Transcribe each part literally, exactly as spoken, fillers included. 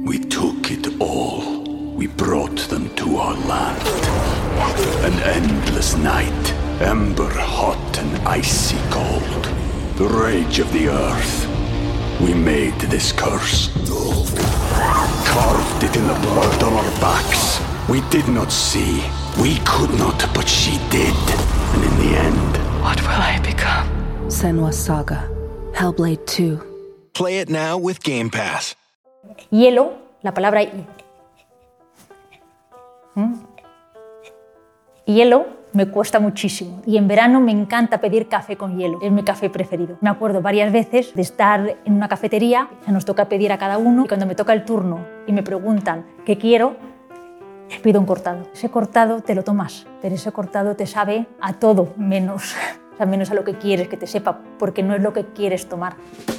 We took it all. We brought them to our land. An endless night, ember hot and icy cold. The rage of the earth. We made this curse. Carved it in the blood on our backs. We did not see. We could not, but she did. And in the end... What will I become? Senua's Saga. Hellblade two. Play it now with Game Pass. Hielo, la palabra ¿Mm? hielo me cuesta muchísimo y en verano me encanta pedir café con hielo, es mi café preferido. Me acuerdo varias veces de estar en una cafetería, nos toca pedir a cada uno y cuando me toca el turno y me preguntan qué quiero, pido un cortado. Ese cortado te lo tomas, pero ese cortado te sabe a todo menos, o sea, menos a lo que quieres que te sepa, porque no es lo que quieres tomar.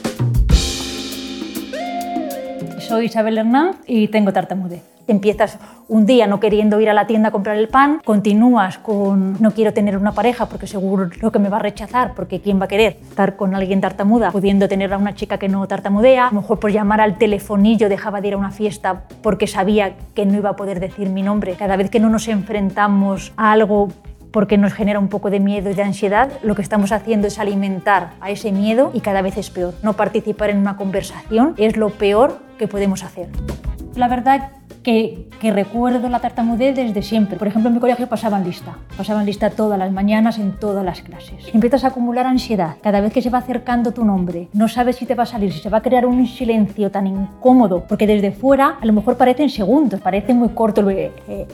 Soy Isabel Hernández y tengo tartamudez. Empiezas un día no queriendo ir a la tienda a comprar el pan, continúas con no quiero tener una pareja porque seguro que me va a rechazar, porque ¿quién va a querer estar con alguien tartamuda? Pudiendo tener a una chica que no tartamudea, a lo mejor por llamar al telefonillo dejaba de ir a una fiesta porque sabía que no iba a poder decir mi nombre. Cada vez que no nos enfrentamos a algo porque nos genera un poco de miedo y de ansiedad, lo que estamos haciendo es alimentar a ese miedo y cada vez es peor. No participar en una conversación es lo peor que podemos hacer. La verdad que, que recuerdo la tartamudez desde siempre. Por ejemplo, en mi colegio pasaban lista. Pasaban lista todas las mañanas en todas las clases. Empiezas a acumular ansiedad. Cada vez que se va acercando tu nombre, no sabes si te va a salir, si se va a crear un silencio tan incómodo, porque desde fuera a lo mejor parecen segundos, parece muy corto el... Eh,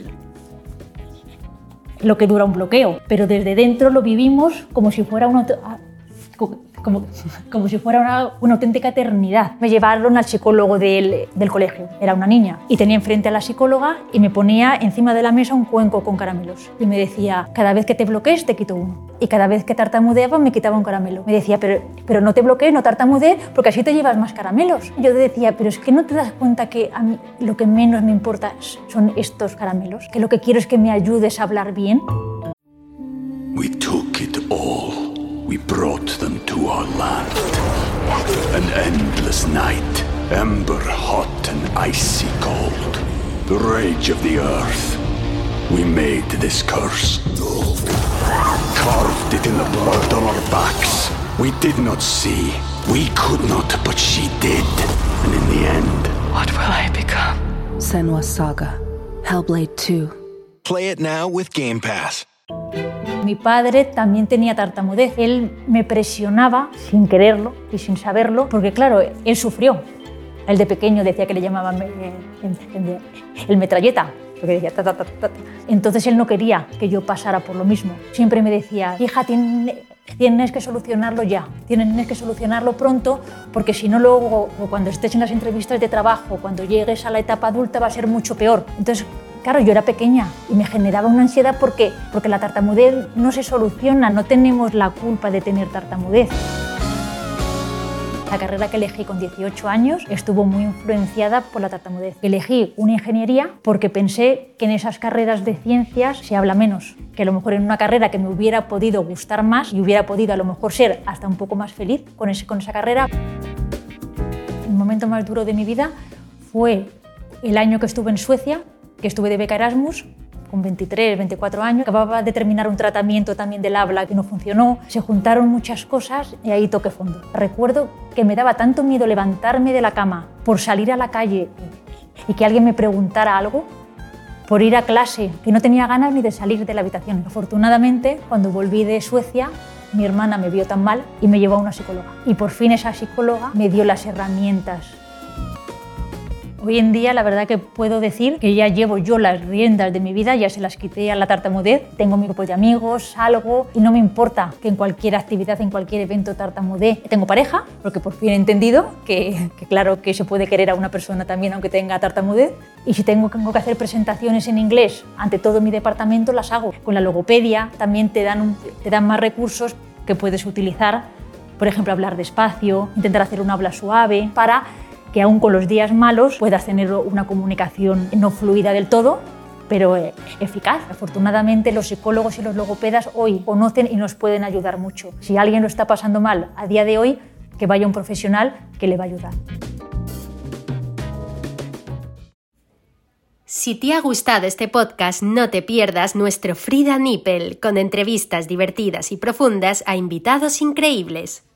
lo que dura un bloqueo, pero desde dentro lo vivimos como si fuera una, como, como si fuera una, una auténtica eternidad. Me llevaron al psicólogo del, del colegio, era una niña, y tenía enfrente a la psicóloga y me ponía encima de la mesa un cuenco con caramelos. Y me decía, cada vez que te bloquees te quito uno. Y cada vez que tartamudeaba me quitaba un caramelo. Me decía, pero, pero no te bloquees, no tartamudees, porque así te llevas más caramelos. Y yo decía, pero es que no te das cuenta que a mí lo que menos me importa son estos caramelos, que lo que quiero es que me ayudes a hablar bien. We took it all. We brought them to our land. An endless night, ember hot and icy cold. The rage of the earth. We made this curse. Carved it in the blood on our backs. We did not see. We could not, but she did. And in the end... What will I become? Senua's Saga. Hellblade two. Play it now with Game Pass. Mi padre también tenía tartamudez. Él me presionaba sin quererlo y sin saberlo, porque claro, él sufrió. Él de pequeño decía que le llamaban el, el metralleta, porque decía ta, ta, ta, ta. Entonces él no quería que yo pasara por lo mismo. Siempre me decía, hija, tienes, tienes que solucionarlo ya, tienes que solucionarlo pronto, porque si no luego, cuando estés en las entrevistas de trabajo, cuando llegues a la etapa adulta va a ser mucho peor. Entonces, claro, yo era pequeña y me generaba una ansiedad porque, porque la tartamudez no se soluciona, no tenemos la culpa de tener tartamudez. La carrera que elegí con dieciocho años estuvo muy influenciada por la tartamudez. Elegí una ingeniería porque pensé que en esas carreras de ciencias se habla menos, que a lo mejor en una carrera que me hubiera podido gustar más y hubiera podido a lo mejor ser hasta un poco más feliz con, ese, con esa carrera. El momento más duro de mi vida fue el año que estuve en Suecia, que estuve de beca Erasmus, con veintitrés, veinticuatro años, acababa de terminar un tratamiento también del habla que no funcionó, se juntaron muchas cosas y ahí toqué fondo. Recuerdo que me daba tanto miedo levantarme de la cama por salir a la calle y que alguien me preguntara algo, por ir a clase, que no tenía ganas ni de salir de la habitación. Afortunadamente, cuando volví de Suecia, mi hermana me vio tan mal y me llevó a una psicóloga. Y por fin esa psicóloga me dio las herramientas. Hoy en día la verdad que puedo decir que ya llevo yo las riendas de mi vida, ya se las quité a la tartamudez, tengo mi grupo de amigos, salgo y no me importa que en cualquier actividad, en cualquier evento tartamudee. Tengo pareja, porque por fin he entendido que, que claro que se puede querer a una persona también aunque tenga tartamudez. Y si tengo, tengo que hacer presentaciones en inglés ante todo mi departamento, las hago. Con la logopedia también te dan, un, te dan más recursos que puedes utilizar, por ejemplo, hablar despacio, intentar hacer un habla suave para que aún con los días malos puedas tener una comunicación no fluida del todo, pero eficaz. Afortunadamente los psicólogos y los logopedas hoy conocen y nos pueden ayudar mucho. Si alguien lo está pasando mal a día de hoy, que vaya un profesional que le va a ayudar. Si te ha gustado este podcast, no te pierdas nuestro Frida Nippel, con entrevistas divertidas y profundas a invitados increíbles.